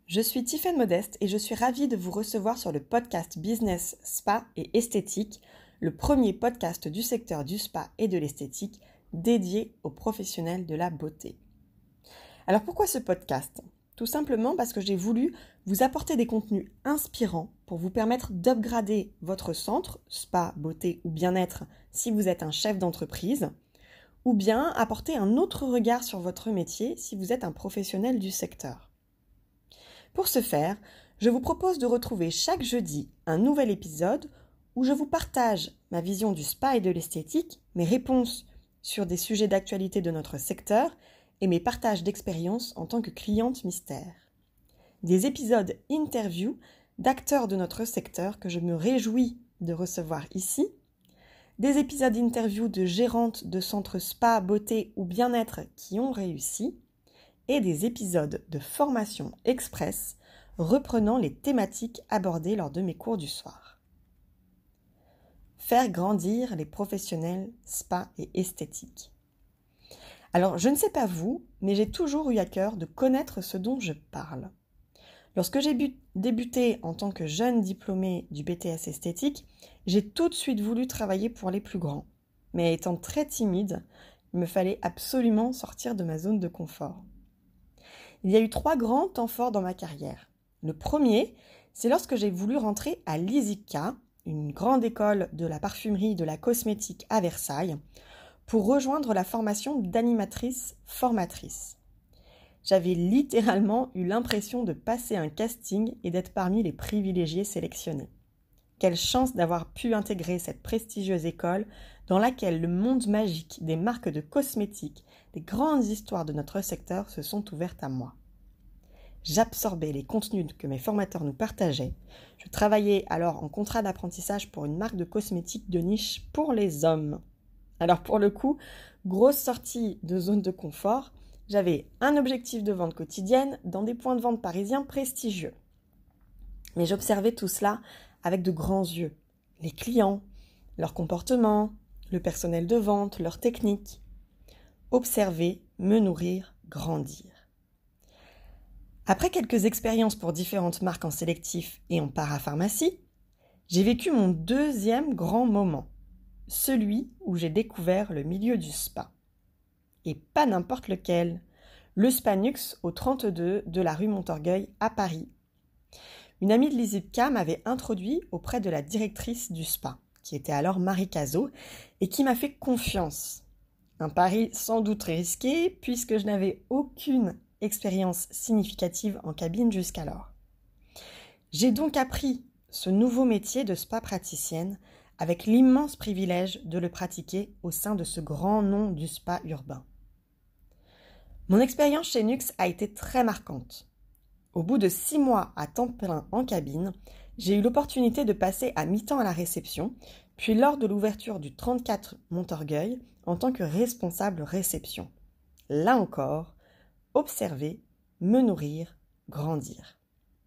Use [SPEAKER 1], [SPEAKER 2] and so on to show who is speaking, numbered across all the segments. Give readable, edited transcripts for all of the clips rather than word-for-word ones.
[SPEAKER 1] Je suis Tiffaine Modeste et je suis ravie de vous recevoir sur le podcast Business, Spa et Esthétique, le premier podcast du secteur du spa et de l'esthétique dédié aux professionnels de la beauté. Alors pourquoi ce podcast ? Tout simplement parce que j'ai voulu vous apporter des contenus inspirants pour vous permettre d'upgrader votre centre, spa, beauté ou bien-être si vous êtes un chef d'entreprise, ou bien apporter un autre regard sur votre métier si vous êtes un professionnel du secteur. Pour ce faire, je vous propose de retrouver chaque jeudi un nouvel épisode où je vous partage ma vision du spa et de l'esthétique, mes réponses sur des sujets d'actualité de notre secteur et mes partages d'expériences en tant que cliente mystère. Des épisodes interview d'acteurs de notre secteur que je me réjouis de recevoir ici, des épisodes interview de gérantes de centres spa, beauté ou bien-être qui ont réussi, et des épisodes de formation express reprenant les thématiques abordées lors de mes cours du soir. Faire grandir les professionnels spa et esthétique. Alors, je ne sais pas vous, mais j'ai toujours eu à cœur de connaître ce dont je parle. Lorsque j'ai débuté en tant que jeune diplômée du BTS esthétique, j'ai tout de suite voulu travailler pour les plus grands. Mais étant très timide, il me fallait absolument sortir de ma zone de confort. Il y a eu 3 grands temps forts dans ma carrière. Le premier, c'est lorsque j'ai voulu rentrer à l'ISICA, une grande école de la parfumerie et de la cosmétique à Versailles, pour rejoindre la formation d'animatrice-formatrice. J'avais littéralement eu l'impression de passer un casting et d'être parmi les privilégiés sélectionnés. Quelle chance d'avoir pu intégrer cette prestigieuse école dans laquelle le monde magique des marques de cosmétiques, des grandes histoires de notre secteur se sont ouvertes à moi. J'absorbais les contenus que mes formateurs nous partageaient. Je travaillais alors en contrat d'apprentissage pour une marque de cosmétiques de niche pour les hommes. Alors pour le coup, grosse sortie de zone de confort, j'avais un objectif de vente quotidienne dans des points de vente parisiens prestigieux. Mais j'observais tout cela avec de grands yeux. Les clients, leur comportement, le personnel de vente, leurs techniques. Observer, me nourrir, grandir. Après quelques expériences pour différentes marques en sélectif et en parapharmacie, j'ai vécu mon deuxième grand moment, celui où j'ai découvert le milieu du spa. Et pas n'importe lequel, le Spa Nux au 32 de la rue Montorgueil à Paris. Une amie de l'ISIPCA m'avait introduit auprès de la directrice du spa, qui était alors Marie Cazot, et qui m'a fait confiance. Un pari sans doute risqué, puisque je n'avais aucune expérience significative en cabine jusqu'alors. J'ai donc appris ce nouveau métier de spa praticienne avec l'immense privilège de le pratiquer au sein de ce grand nom du spa urbain. Mon expérience chez Nux a été très marquante. Au bout de 6 mois à temps plein en cabine, j'ai eu l'opportunité de passer à mi-temps à la réception, puis lors de l'ouverture du 34 Montorgueil en tant que responsable réception. Là encore, observer, me nourrir, grandir.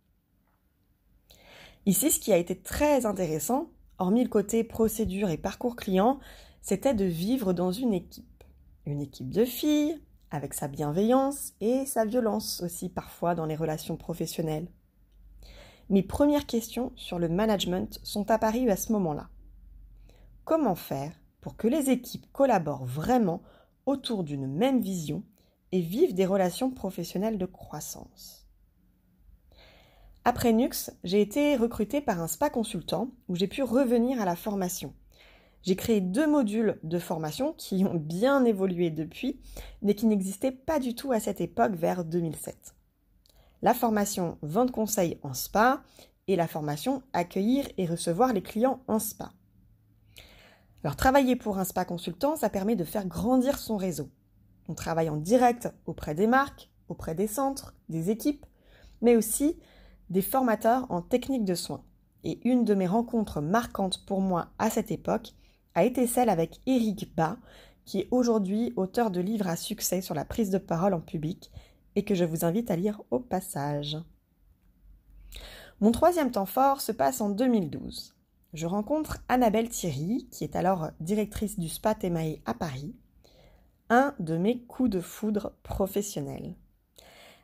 [SPEAKER 1] Ici, ce qui a été très intéressant, hormis le côté procédure et parcours client, c'était de vivre dans une équipe. Une équipe de filles, avec sa bienveillance et sa violence aussi parfois dans les relations professionnelles. Mes premières questions sur le management sont apparues à ce moment-là. Comment faire pour que les équipes collaborent vraiment autour d'une même vision et vivent des relations professionnelles de croissance ? Après Nux, j'ai été recrutée par un spa consultant où j'ai pu revenir à la formation. J'ai créé 2 modules de formation qui ont bien évolué depuis, mais qui n'existaient pas du tout à cette époque vers 2007. La formation vente conseil en spa et la formation accueillir et recevoir les clients en spa. Alors travailler pour un spa consultant, ça permet de faire grandir son réseau. On travaille en direct auprès des marques, auprès des centres, des équipes, mais aussi des formateurs en technique de soins. Et une de mes rencontres marquantes pour moi à cette époque a été celle avec Éric Bas, qui est aujourd'hui auteur de livres à succès sur la prise de parole en public et que je vous invite à lire au passage. Mon 3e temps fort se passe en 2012. Je rencontre Annabelle Thierry, qui est alors directrice du Spa Thémae à Paris, un de mes coups de foudre professionnels.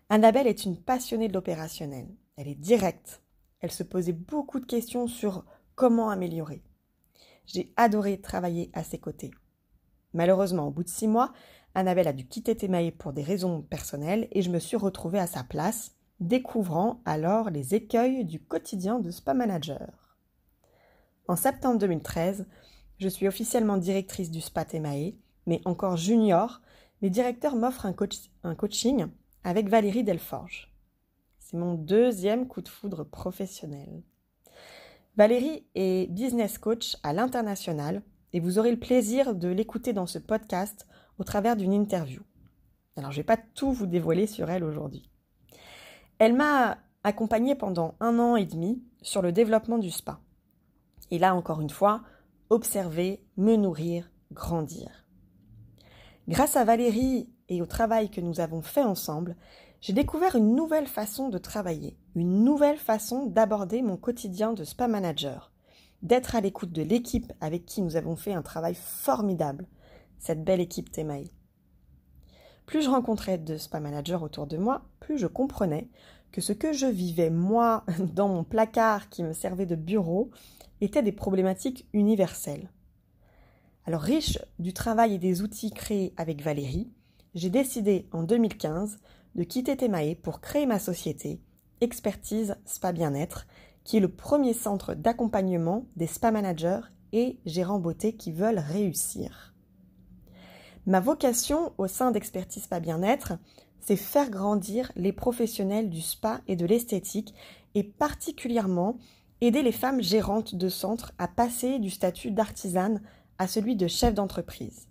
[SPEAKER 1] Annabelle est une passionnée de l'opérationnel. Elle est directe. Elle se posait beaucoup de questions sur comment améliorer. J'ai adoré travailler à ses côtés. Malheureusement, au bout de 6 mois, Annabelle a dû quitter Temae pour des raisons personnelles et je me suis retrouvée à sa place, découvrant alors les écueils du quotidien de Spa Manager. En septembre 2013, je suis officiellement directrice du Spa Temae, mais encore junior, mes directeurs m'offrent un coaching avec Valérie Delforge. C'est mon 2e coup de foudre professionnel. Valérie est business coach à l'international et vous aurez le plaisir de l'écouter dans ce podcast au travers d'une interview. Alors, je ne vais pas tout vous dévoiler sur elle aujourd'hui. Elle m'a accompagnée pendant 1 an et demi sur le développement du spa. Et là, encore une fois, observer, me nourrir, grandir. Grâce à Valérie et au travail que nous avons fait ensemble, j'ai découvert une nouvelle façon de travailler, une nouvelle façon d'aborder mon quotidien de Spa Manager, d'être à l'écoute de l'équipe avec qui nous avons fait un travail formidable, cette belle équipe Temae. Plus je rencontrais de Spa Managers autour de moi, plus je comprenais que ce que je vivais, moi, dans mon placard qui me servait de bureau, étaient des problématiques universelles. Alors, riche du travail et des outils créés avec Valérie, j'ai décidé en 2015 de quitter Temae pour créer ma société Expertise Spa Bien-être, qui est le premier centre d'accompagnement des spa managers et gérants beauté qui veulent réussir. Ma vocation au sein d'Expertise Spa Bien-être, c'est faire grandir les professionnels du spa et de l'esthétique et particulièrement aider les femmes gérantes de centres à passer du statut d'artisane à celui de chef d'entreprise.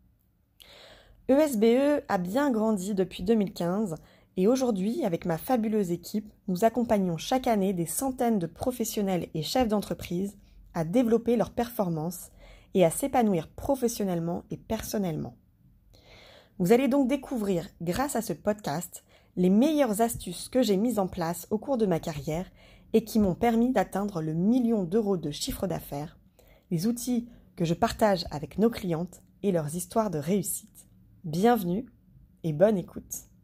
[SPEAKER 1] ESBE a bien grandi depuis 2015 et aujourd'hui, avec ma fabuleuse équipe, nous accompagnons chaque année des centaines de professionnels et chefs d'entreprise à développer leurs performances et à s'épanouir professionnellement et personnellement. Vous allez donc découvrir, grâce à ce podcast, les meilleures astuces que j'ai mises en place au cours de ma carrière et qui m'ont permis d'atteindre le 1 million d'euros de chiffre d'affaires, les outils que je partage avec nos clientes et leurs histoires de réussite. Bienvenue et bonne écoute.